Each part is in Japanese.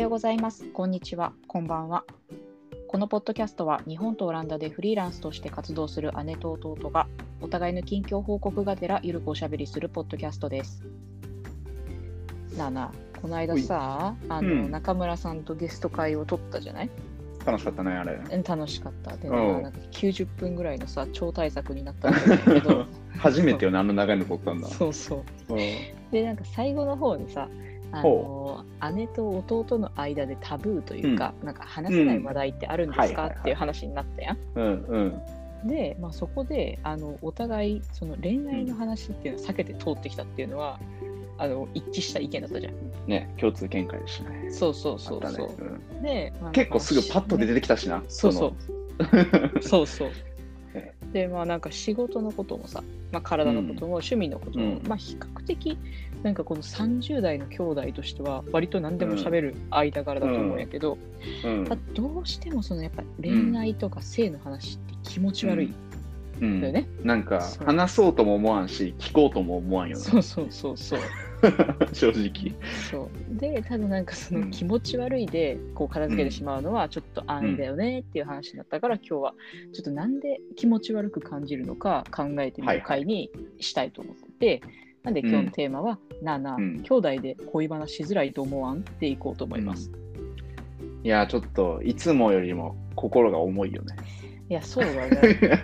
ようございます。こんにちは。こんばんは。このポッドキャストは日本とオランダでフリーランスとして活動する姉と弟がお互いの近況報告がてらゆるくおしゃべりするポッドキャストです。なあなあ、この間さ、中村さんとゲスト会を取ったじゃない？ 楽しかったね、あれ。 楽しかった。で、なんか90分ぐらいのさ、超大作になったんだけど初めてよね、あんな長いの撮ったんだ。 そうそう。で、なんか最後の方にさ、姉と弟の間でタブーというか、なんか話せない話題ってあるんですか、っていう話になったやん。で、そこでお互いその恋愛の話っていうのを避けて通ってきたっていうのは、一致した意見だったじゃん。 ね、共通見解でしたね。 そうそうそうそう。で、 結構すぐパッと出てきたしな。 そうそう。そうそう。で、なんか仕事のこともさ、体のことも趣味のことも、比較的なんかこの30代の兄弟としては割と何でも喋る間柄だと思うんやけど、どうしてもそのやっぱ恋愛とか性の話って気持ち悪い。だよね。 なんか話そうとも思わんし聞こうとも思わんよね。 そうそうそうそう。 正直。 そうで、ただなんかその気持ち悪いでこう片付けてしまうのはちょっと安易だよねっていう話になったから、今日はちょっとなんで気持ち悪く感じるのか考えてみる会にしたいと思ってて、なんで今日のテーマはなあなあ、兄弟で恋バナしづらいと思わんっていこうと思います。 いやちょっといつもよりも心が重いよね。 いやそうだね。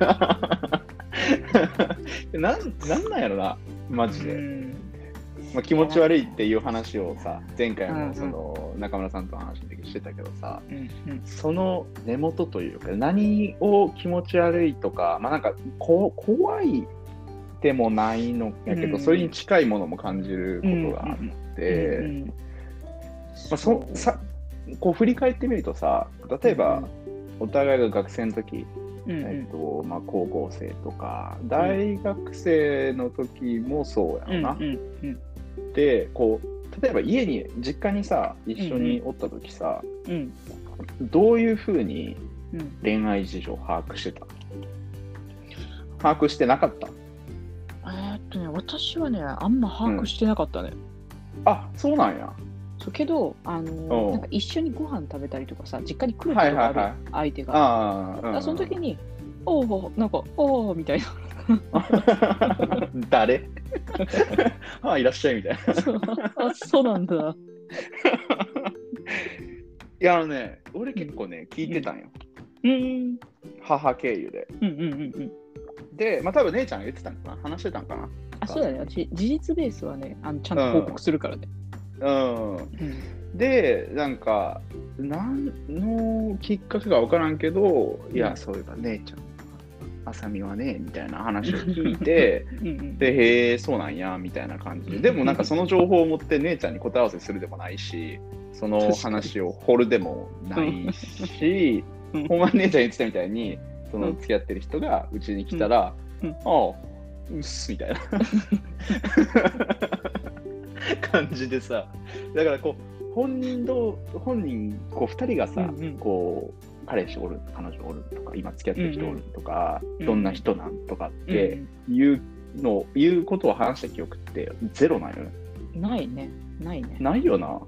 なんやろなマジで。気持ち悪いっていう話をさ、前回もその中村さんとの話の時してたけどさ、その根元というか何を気持ち悪いとか、なんか怖いでもないのやけど、それに近いものも感じることがあって、こう振り返ってみるとさ、例えばお互いが学生の時、高校生とか大学生の時もそうやろな。でこう例えば家に実家にさ一緒におった時さ、どういうふうに恋愛事情を把握してた？把握してなかった？ 私はねあんま把握してなかったね。 あ、そうなんや。 そうけどなんか一緒にご飯食べたりとかさ、実家に来ることがある相手が、その時になんかみたいな誰いらっしゃいみたいな。 そうなんだ。 いや俺結構ね聞いてたんよ。母経由で。で、多分姉ちゃんが言ってたんかな、話してたんかな。 そうだね。私事実ベースはねちゃんと報告するからね。 でなんか何のきっかけか分からんけど、いやそういえば姉ちゃんあさみはねみたいな話を聞いてでへえそうなんやみたいな感じで、でもなんかその情報を持って姉ちゃんに答え合わせするでもないし、その話を掘るでもないしほんまに姉ちゃん言ってたみたいに、その付き合ってる人がうちに来たら、ああうっすみたいな感じでさ、だからこう本人こう2人がさ、こう彼氏おる彼女おるとか今付き合ってる人おるとか、どんな人なんとかっていうことを話した記憶ってゼロなんよね。ないね。ないよな。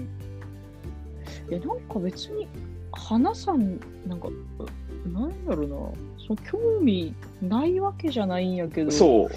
なんか別に話さん、なんかなんやろな、そう興味ないわけじゃないんやけど。 そう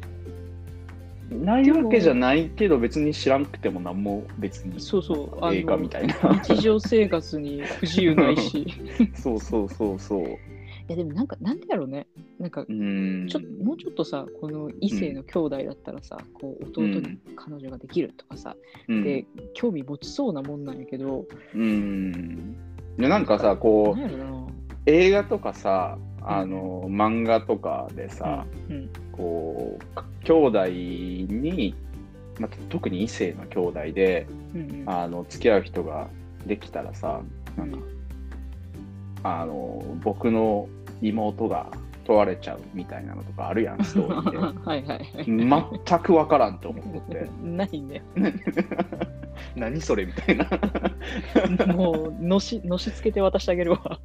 ないわけじゃないけど、別に知らんくても何も別に映画みたいな日常生活に不自由ないしそういやでもなんでやろうね、なんかもうちょっとさ、この異性の兄弟だったらさ、こう弟に彼女ができるとかさ、で興味持ちそうなもんなんやけど、 なんかさこう映画とかさ漫画とかでさ、こう兄弟に、特に異性の兄弟で、付き合う人ができたらさ、なんか僕の妹が問われちゃうみたいなのとかあるやん、ストーリーで。全く分からんと思っててないね何それみたいなもうのしつけて渡してあげるわ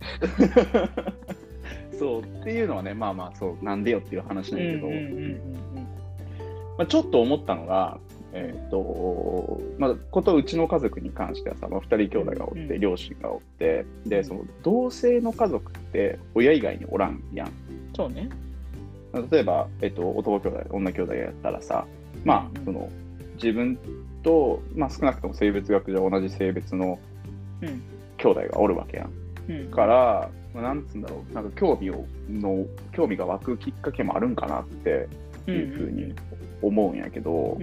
そうっていうのはね、そうなんでよっていう話なんだけど、ちょっと思ったのが、 ことうちの家族に関してはさ、2人兄弟がおって、両親がおって、で、その同性の家族って親以外におらんやん。 そうね。 例えば、男兄弟、女兄弟やったらさ、その自分と、少なくとも生物学上同じ性別の兄弟がおるわけやん。から、なんつうんだろう、なんか興味が湧くきっかけもあるんかなっていうふうに思うんやけど、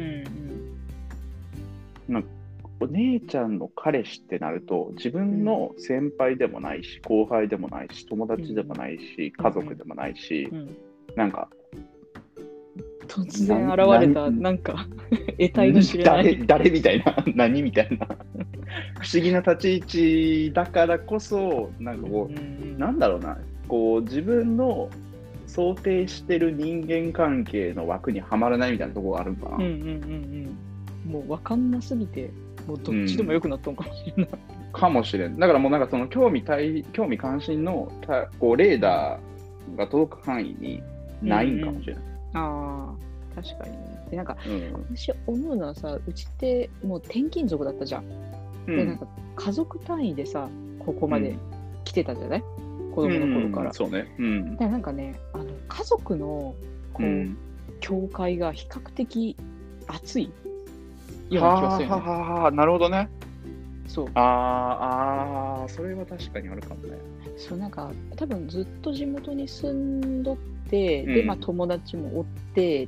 なんかお姉ちゃんの彼氏ってなると、自分の先輩でもないし、後輩でもないし、友達でもないし、家族でもないし、なんか突然現れたなんか得体の知れない誰みたいな何みたいな不思議な立ち位置だからこそ、なんかこう、なんだろうな、こう自分の想定してる人間関係の枠にはまらないみたいなところがあるんかな。 もう分かんなすぎて、もうどっちでもよくなったのかもしれない。 かもしれん。だからもうなんかその興味関心のこうレーダーが届く範囲にないんかもしれない。 ああ、確かにね。でなんか、私思うのはさ、うちってもう転勤族だったじゃん。でなんか家族単位でさ、ここまで来てたじゃない、子供の頃から。 そうね。 でなんかね、家族のこう、境界が比較的厚いような気がするよね。 なるほどね。 そう。 それは確かにあるかもね。 そうなんか多分ずっと地元に住んどって、で友達もおって、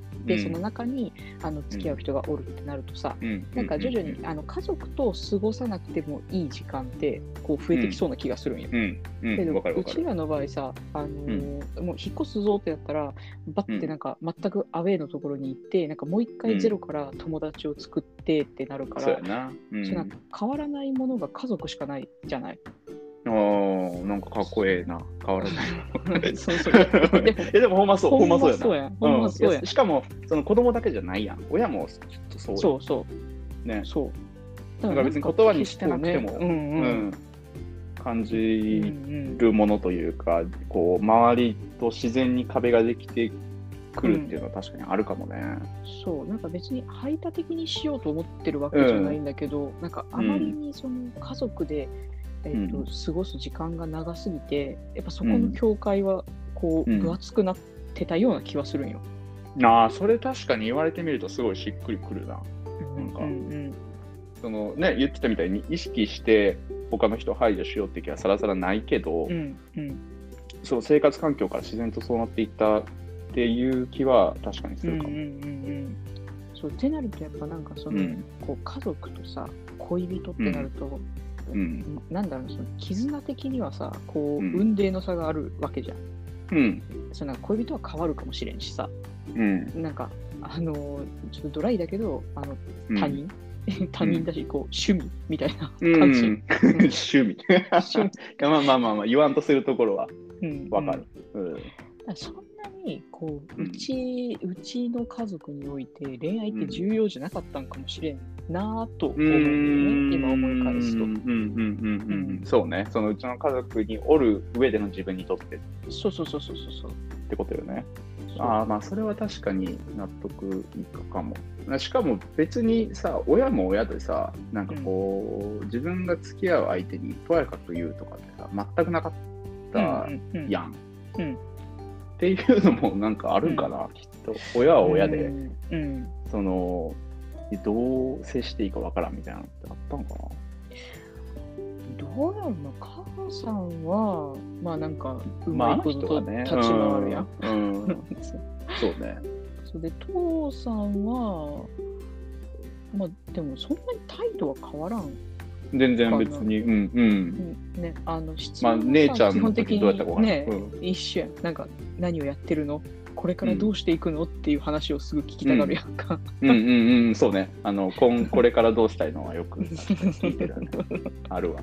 でその中に付き合う人がおるってなるとさ、なんか徐々に家族と過ごさなくてもいい時間ってこう増えてきそうな気がするんよ。けどうちらの場合さ、もう引っ越すぞってやったらバッてなんか全くアウェーのところに行って、なんかもう一回ゼロから友達を作ってってなるから、そうなんか変わらないものが家族しかないじゃない。 なんかかっこええな、変わらないそうでもほんまそうやな。しかもその子供だけじゃないやん、親もきっとそうや。 そうね。 そうだから別に言葉にしてなくても感じるものというか、こう周りと自然に壁ができてくるっていうのは確かにあるかもね。 そう、なんか別に排他的にしようと思ってるわけじゃないんだけど、なんかあまりにその家族で過ごす時間が長すぎて、やっぱそこの境界はこう分厚くなってたような気はするんよ。 それ確かに言われてみるとすごいしっくりくるな。なんか、そのね、言ってたみたいに意識して他の人を排除しようって気はさらさらないけど、そう生活環境から自然とそうなっていったっていう気は確かにするかも。 そうってなるとやっぱなんかその、こう家族とさ恋人ってなると、なんだろう、その絆的にはさ、こう雲泥の差があるわけじゃん。その恋人は変わるかもしれんしさ、なんかちょっとドライだけど他人だし、こう趣味みたいな感じ。 趣味。まあ言わんとするところはわかる。 そんなにこううちの家族において恋愛って重要じゃなかったんかもしれんなと思うんだよね、今思い返すと。 そうね、そのうちの家族におる上での自分にとってそうってことよね。まあそれは確かに納得いくかも。しかも別にさ、親も親でさ、なんかこう、自分が付き合う相手にとやかく言うとかってさ全くなかったやん。っていうのもなんかあるんかな、きっと。親は親で、そのどう接していいかわからんみたいなのってあったのかな。 どうやろな、母さんはまあなんかうまいことと立ち回るやん。 そうね。 それで父さんはまあでもそんなに態度は変わらん。 全然別に、 ね、 質問姉ちゃんの時どうやったかね、一緒やん。なんか何をやってるの？これからどうしていくのっていう話をすぐ聞きたがるやんか。 そうね。これからどうしたいのはよく聞いてるね。あるわ。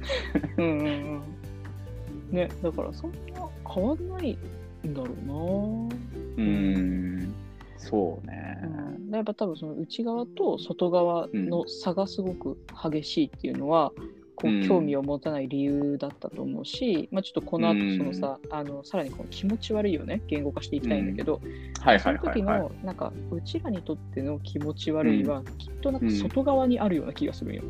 ね、だからそんな変わんないんだろうな。 そうね。 やっぱ多分その内側と外側の差がすごく激しいっていうのは、 こう興味を持たない理由だったと思うし、まあ、ちょっとこの後そのさ、さらにこの気持ち悪いをね言語化していきたいんだけど、その時のなんかうちらにとっての気持ち悪いは、きっとなんか外側にあるような気がするんよ。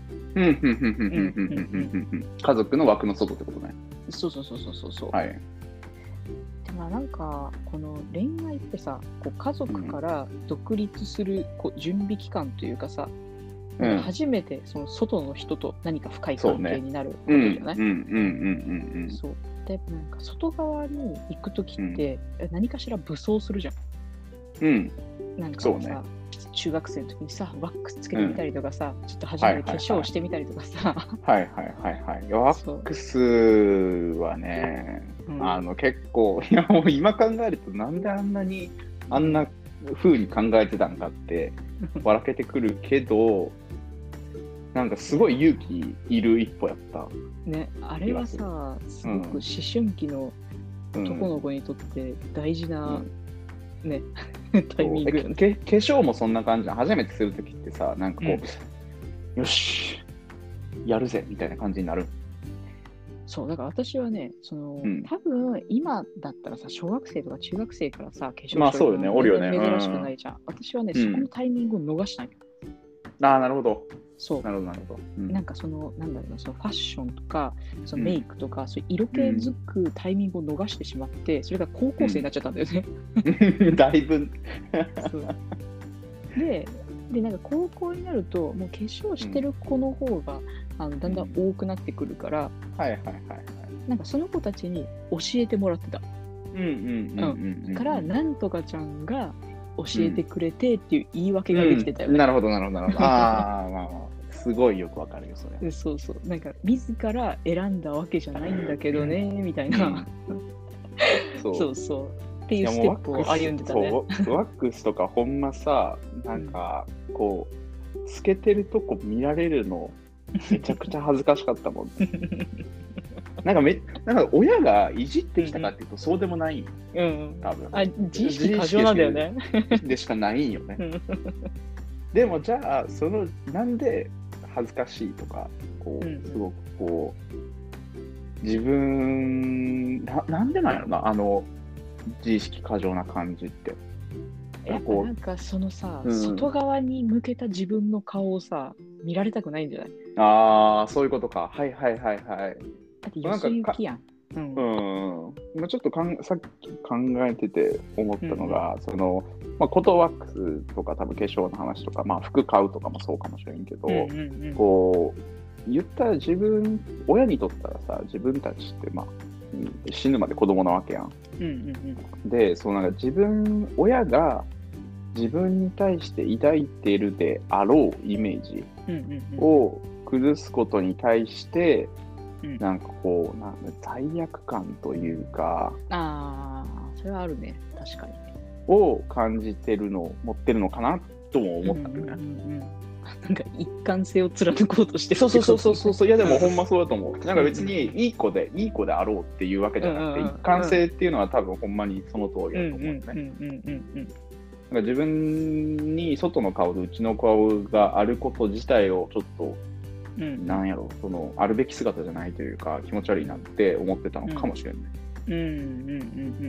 家族の枠の外ってことね。 そう。はい。でまあなんかこの恋愛ってさ、こう家族から独立するこう準備期間というかさ、初めてその外の人と何か深い関係になることじゃない？そう。でなんか外側に行くときって何かしら武装するじゃん。なんかさ、中学生の時にさワックスつけてみたりとかさ、ちょっと初めて化粧してみたりとかさ。ワックスはね、結構いやもう今考えるとなんであんな風に考えてたんかって笑けてくるけど。なんかすごい勇気いる一歩やった。 ね、あれはさ、すごく思春期の男の子にとって大事な、ね、タイミングよね。 化粧もそんな感じな。初めてするときってさ、なんかこう、よし、やるぜみたいな感じになる。 そう、だから私はね、多分今だったらさ、小学生とか中学生からさ、化粧してるそうよね、おるよね。 珍しくないじゃん。私はね、そこのタイミングを逃したんよ。 なるほど。 そう。 なるほど。 なんかなんだろうな、そのファッションとか、そのメイクとか、そういう色気づくタイミングを逃してしまって、それが高校生になっちゃったんだよね。 だいぶ。 そうで、なんか高校になると、もう化粧してる子の方が、だんだん多くなってくるから、なんかその子たちに教えてもらってた。から、なんとかちゃんが、教えてくれてっていう言い訳ができてたよね。 なるほど。すごいよくわかるよ、それ。 そう。なんか、自ら選んだわけじゃないんだけどね、みたいな。そう。っていうステップを歩んでたね。 ワックスとかほんまさ、なんか、こう、つけてるとこ見られるの、めちゃくちゃ恥ずかしかったもん。なんか親がいじってきたかっていうとそうでもないんよ。多分。 自意識過剰なんだよね。 でしかないんよね。でもじゃあなんで恥ずかしいとかこうすごくこう自分なんでなんやろな自意識過剰な感じって。 なんかそのさ、外側に向けた自分の顔をさ見られたくないんじゃない？ そういうことか。はい。 だってよそ行きやん。 今ちょっとさっき考えてて思ったのが、コトワックスとか多分化粧の話とか、服買うとかもそうかもしれんけど、こう言ったら親にとったらさ、自分たちって死ぬまで子供なわけやん。で、なんか親が自分に対して抱いているであろうイメージを崩すことに対して、なんかこう罪悪感というか、 それはあるね、確かに。 を感じてる持ってるのかなとも思ったんだよね。 なんか一貫性を貫こうとしてそう。いやでもほんまそうだと思う。なんか別にいい子であろうっていうわけじゃなくて、一貫性っていうのは多分ほんまにその通りだと思うんだね。なんか自分に外の顔と内の顔があること自体をちょっとなんやろ、あるべき姿じゃないというか気持ち悪いなって思ってたのかもしれない。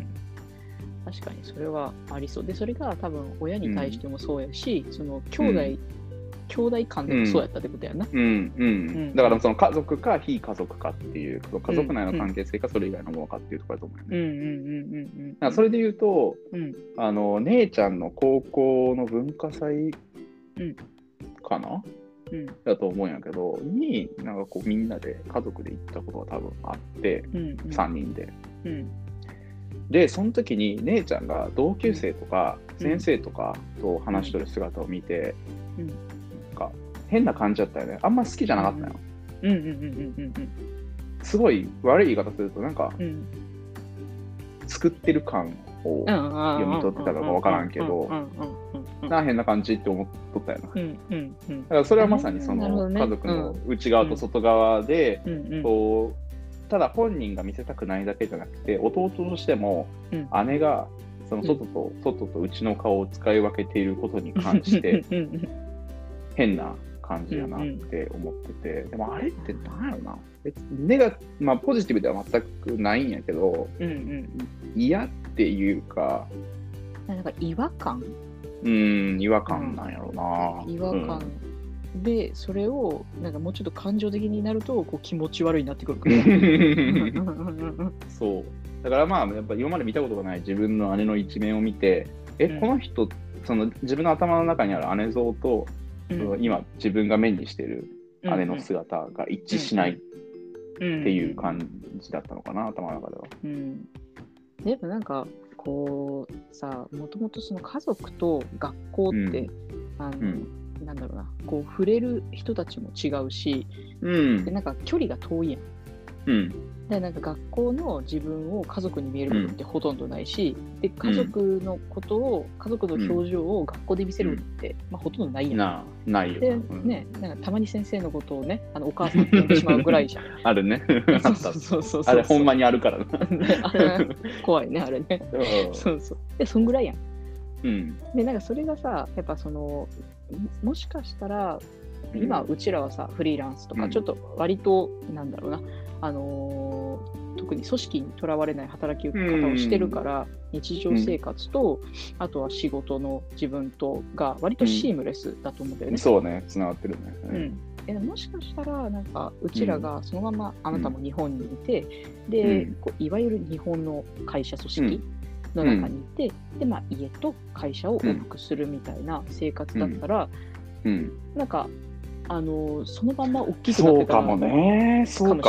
確かにそれはありそうで、それが多分親に対してもそうやし、その兄弟間でもそうやったってことやな。 だからその家族か非家族かっていう、家族内の関係性かそれ以外のものかっていうところだと思うよね。それで言うと、姉ちゃんの高校の文化祭かな、だと思うんやけど、なんかこうみんなで家族で行ったことが多分あって、3人で。で、その時に姉ちゃんが同級生とか先生とかと話してる姿を見て、なんか変な感じだったよね。あんま好きじゃなかったよ。すごい悪い言い方すると、なんか、作ってる感を読み取ってたのか分からんけど、変な感じって思っとったよな。だからそれはまさにその家族の内側と外側で、こうただ本人が見せたくないだけじゃなくて、弟としても姉がその外と内の顔を使い分けていることに関して変な感じやなって思ってて、でもあれって何やろな、別にポジティブでは全くないんやけど、嫌っていうか、 なんか違和感なんやろな、 違和感、でそれをなんかもうちょっと感情的になるとこう気持ち悪いになってくるからそうだからまあやっぱ今まで見たことがない自分の姉の一面を見て、この人その自分の頭の中にある姉像と、今自分が目にしてる姉の姿が一致しないっていう感じだったのかな、頭の中では。 でもなんかこうさ、もともとその家族と学校って、なんだろうな、こう触れる人たちも違うし、でなんか距離が遠いやん。でなんか学校の自分を家族に見えることってほとんどないし、で家族のことを、家族の表情を学校で見せるって、ほとんどないやん。 ないよ。 でね、なんかたまに先生のことをね、お母さんって呼んでしまうぐらいじゃん。 あるね。 そうあれほんまにあるからな。 あれ怖いね、あれね。そうそう。でそんぐらいやん。でなんかそれがさ、やっぱそのもしかしたら今うちらはさ、フリーランスとかちょっと割となんだろうな、特に組織にとらわれない働き方をしてるから、日常生活と、あとは仕事の自分とが割とシームレスだと思うんだよね。 そうね、つながってるね。 もしかしたらなんかうちらがそのままあなたも日本にいて、でこういわゆる日本の会社組織の中にいて、で家と会社を往復するみたいな生活だったら、なんかそのまま大きくなってたらそうかもね。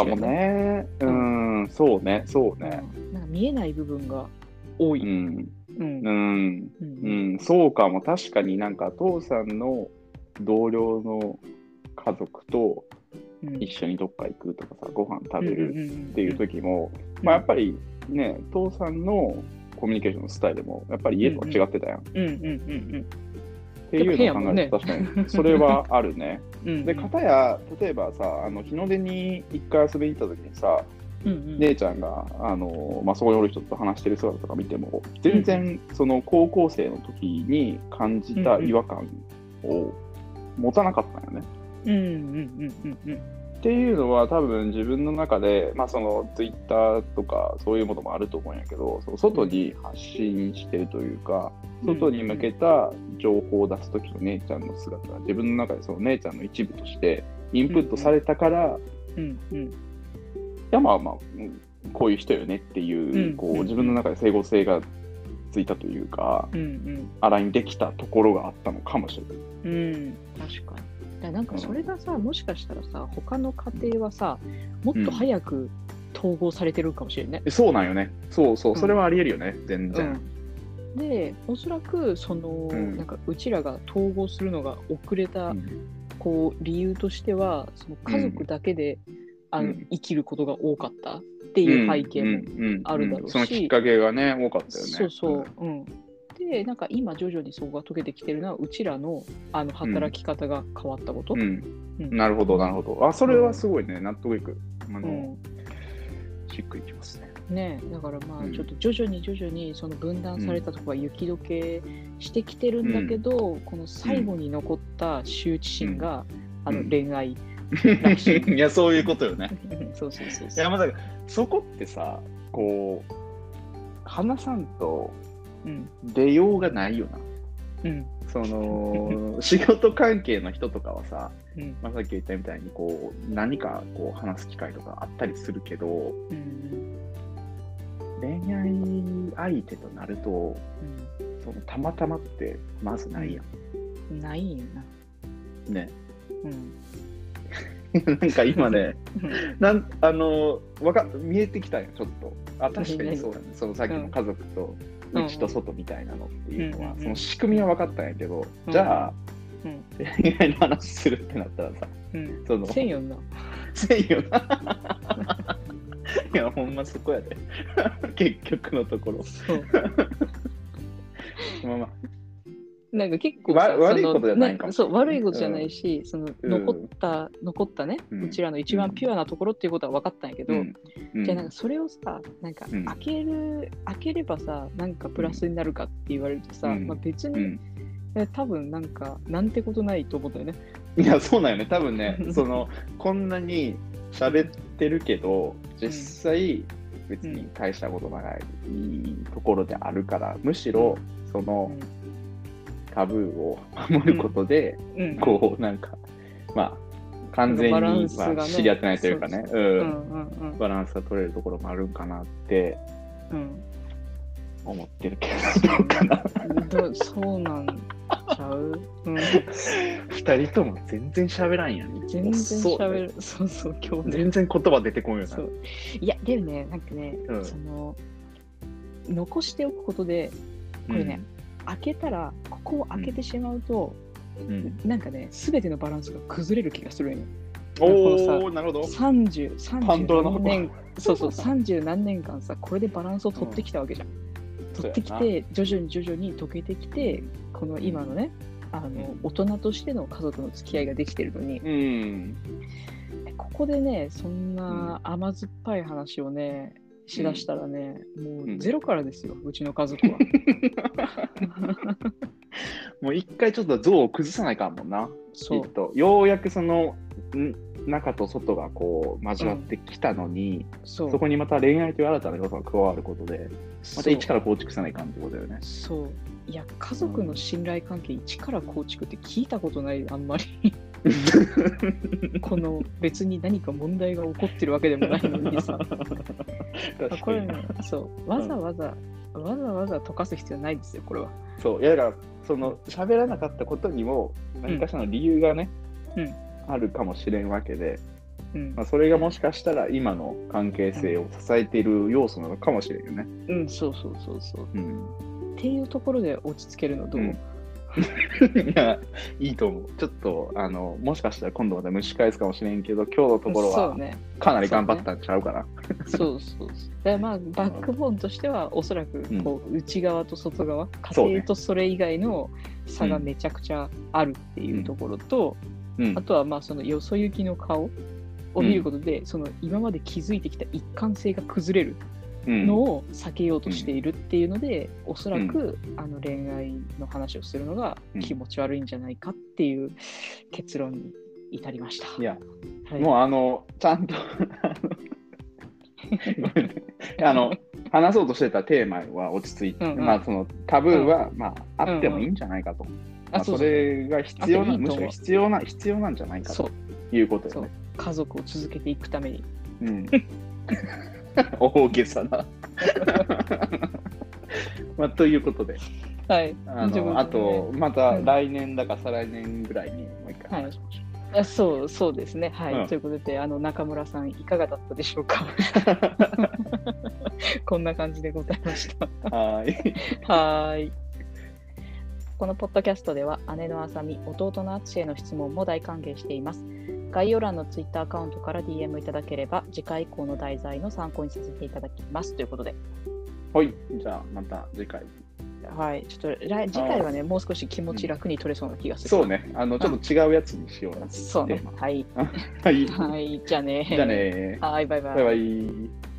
そうね。 なんか見えない部分が多い。 そうかも。確かになんか父さんの同僚の家族と一緒にどっか行くとかさ、ご飯食べるっていう時も、やっぱりね、父さんのコミュニケーションのスタイルもやっぱり家とは違ってたやん。っていうのを考えると確かにそれはあるね。で片や例えばさ、日の出に一回遊びに行った時にさ、姉ちゃんがそこにおる人と話してる姿とか見ても、全然その高校生の時に感じた違和感を持たなかったんよね。っていうのは多分自分の中で、そのツイッターとかそういうものもあると思うんやけど、その外に発信してるというか、外に向けた情報を出す時の姉ちゃんの姿が自分の中でその姉ちゃんの一部としてインプットされたから、いやこういう人よねっていう、こう自分の中で整合性がついたというか、アラインできたところがあったのかもしれない。 確かに。なんかそれがさ、もしかしたらさ、他の家庭はさ、もっと早く統合されてるかもしれないね。 そうなんよね。そう、それはありえるよね、全然。 で、おそらくその、なんかうちらが統合するのが遅れた、こう理由としては、その家族だけで、生きることが多かったっていう背景もあるだろうし、 そのきっかけがね、多かったよね。 でなんか今徐々にそこが解けてきてるのはうちらの働き方が変わったこと。 なるほど。あ、それはすごいね、納得いく。しっくりきますね。 だからちょっと徐々にその分断されたところは雪解けしてきてるんだけど、この最後に残った羞恥心が、恋愛らしい。 いや、そういうことよね。 そう。 いや、だからそこってさ、こう話さんと出ようがないよな。その仕事関係の人とかはさ、さっき言ったみたいにこう何かこう話す機会とかあったりするけど、恋愛相手となると、そのたまたまってまずないやん。 ないよな。 ね。なんか今ね、見えてきたよ、ちょっと。確かにそうだね。そのさっきの家族と内と外みたいなのっていうのは、その仕組みは分かったんやけど、じゃあ、恋愛の話するってなったらさ、 せんよな。 いや、ほんまそこやで。結局のところ。 なんか結構悪いことじゃないかもしれない。 そう、悪いことじゃないし、その残ったね、うちらの一番ピュアなところっていうことは分かったんやけど、じゃあなんかそれをさ、なんか開ければさ、なんかプラスになるかって言われるとさ、別に多分なんかなんてことないと思ったよね。 いや、そうなんよね。多分ね、こんなに喋ってるけど、実際、別に大したことないところであるから、むしろ、その、タブーを守ることで、こう、なんか、まあ、完全に、知り合ってないというかね、バランスが取れるところもあるんかなって、思ってるけど、どうかな。 そうなんちゃう？ 二人とも全然喋らんやん。 全然喋る。そうそう、今日全然言葉出てこんよな。 いや、でもね、なんかね、残しておくことで、これね、開けたら、ここを開けてしまうと、なんかね、すべてのバランスが崩れる気がするんよ。 おー、なるほど。 30何年間さ、これでバランスを取ってきたわけじゃん。取ってきて、徐々に溶けてきて、この今のね、大人としての家族の付き合いができてるのに、ここでね、そんな甘酸っぱい話をね、しだしたらね、もうゼロからですよ、うちの家族は。 もう一回ちょっと像を崩さないかもんな。 そう。 ようやくその中と外がこう交わってきたのに、そこにまた恋愛という新たな要素が加わることで、また一から構築さないかんってことだよね。 そう。いや、家族の信頼関係一から構築って聞いたことない、あんまり。この別に何か問題が起こってるわけでもないのにさ。これね、そう、わざわざ溶かす必要ないですよ、これは。 そう、いやだから、喋らなかったことにも、何かしらの理由がね、あるかもしれんわけで、それがもしかしたら今の関係性を支えている要素なのかもしれんよね。 そう。っていうところで落ち着けるのどう？ いや、いいと思う。ちょっと、もしかしたら今度また蒸し返すかもしれんけど、今日のところはかなり頑張ったんちゃうかな。 そう。でまあ、バックボーンとしては、おそらくこう内側と外側、家庭とそれ以外の差がめちゃくちゃあるっていうところと、あとはまあそのよそ行きの顔を見ることで、その今まで築いてきた一貫性が崩れるのを避けようとしているっていうので、おそらく恋愛の話をするのが気持ち悪いんじゃないかっていう結論に至りました。 いや、もうちゃんと話そうとしてたテーマは落ち着いて、そのタブーはあってもいいんじゃないかと。それが必要な、むしろ必要なんじゃないかということよね。 家族を続けていくために。 大げさな。ということで、あとまた来年だか再来年ぐらいにもう一回話しましょう。そうですね。ということで、中村さんいかがだったでしょうか。こんな感じでございました。はい。このポッドキャストでは姉のあさみ、弟のあつしへの質問も大歓迎しています。概要欄のツイッターアカウントから DM いただければ次回以降の題材の参考にさせていただきますということで。 はい、じゃあまた次回。 はい、ちょっと次回はね、もう少し気持ち楽に取れそうな気がする。 そうね、ちょっと違うやつにしような。 そうね。はい。 はい。 はい、じゃあね。 じゃあね。 はい、バイバイ。 バイバイ。